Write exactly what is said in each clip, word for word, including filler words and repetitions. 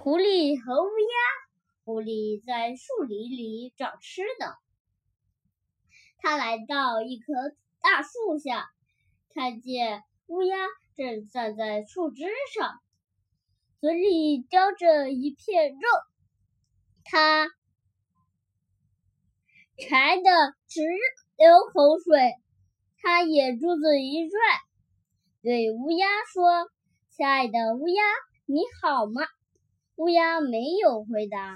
狐狸和乌鸦。狐狸在树林里找吃的，它来到一棵大树下，看见乌鸦正站在树枝上，嘴里叼着一片肉，它馋得直流口水。它眼珠子一转，对乌鸦说：“亲爱的乌鸦，你好吗？”乌鸦没有回答。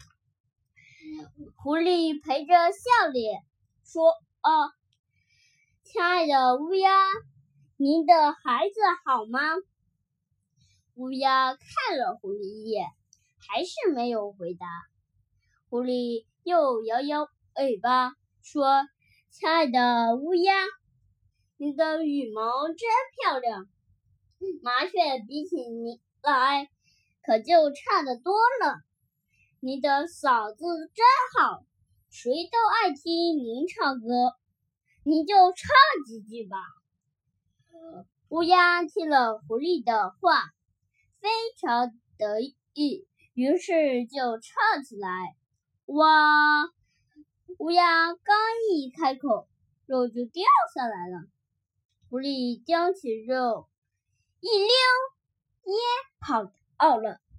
狐狸陪着笑脸说：“哦，亲爱的乌鸦，您的孩子好吗？”乌鸦看了狐狸一眼，还是没有回答。狐狸又摇摇尾巴说：“亲爱的乌鸦，你的羽毛真漂亮，麻雀比起你来可就差得多了。你的嗓子真好，谁都爱听您唱歌，你就唱几句吧。”乌鸦听了狐狸的话，非常得意，于是就唱起来。哇！乌鸦刚一开口，肉就掉下来了。狐狸叼起肉，一溜烟跑到了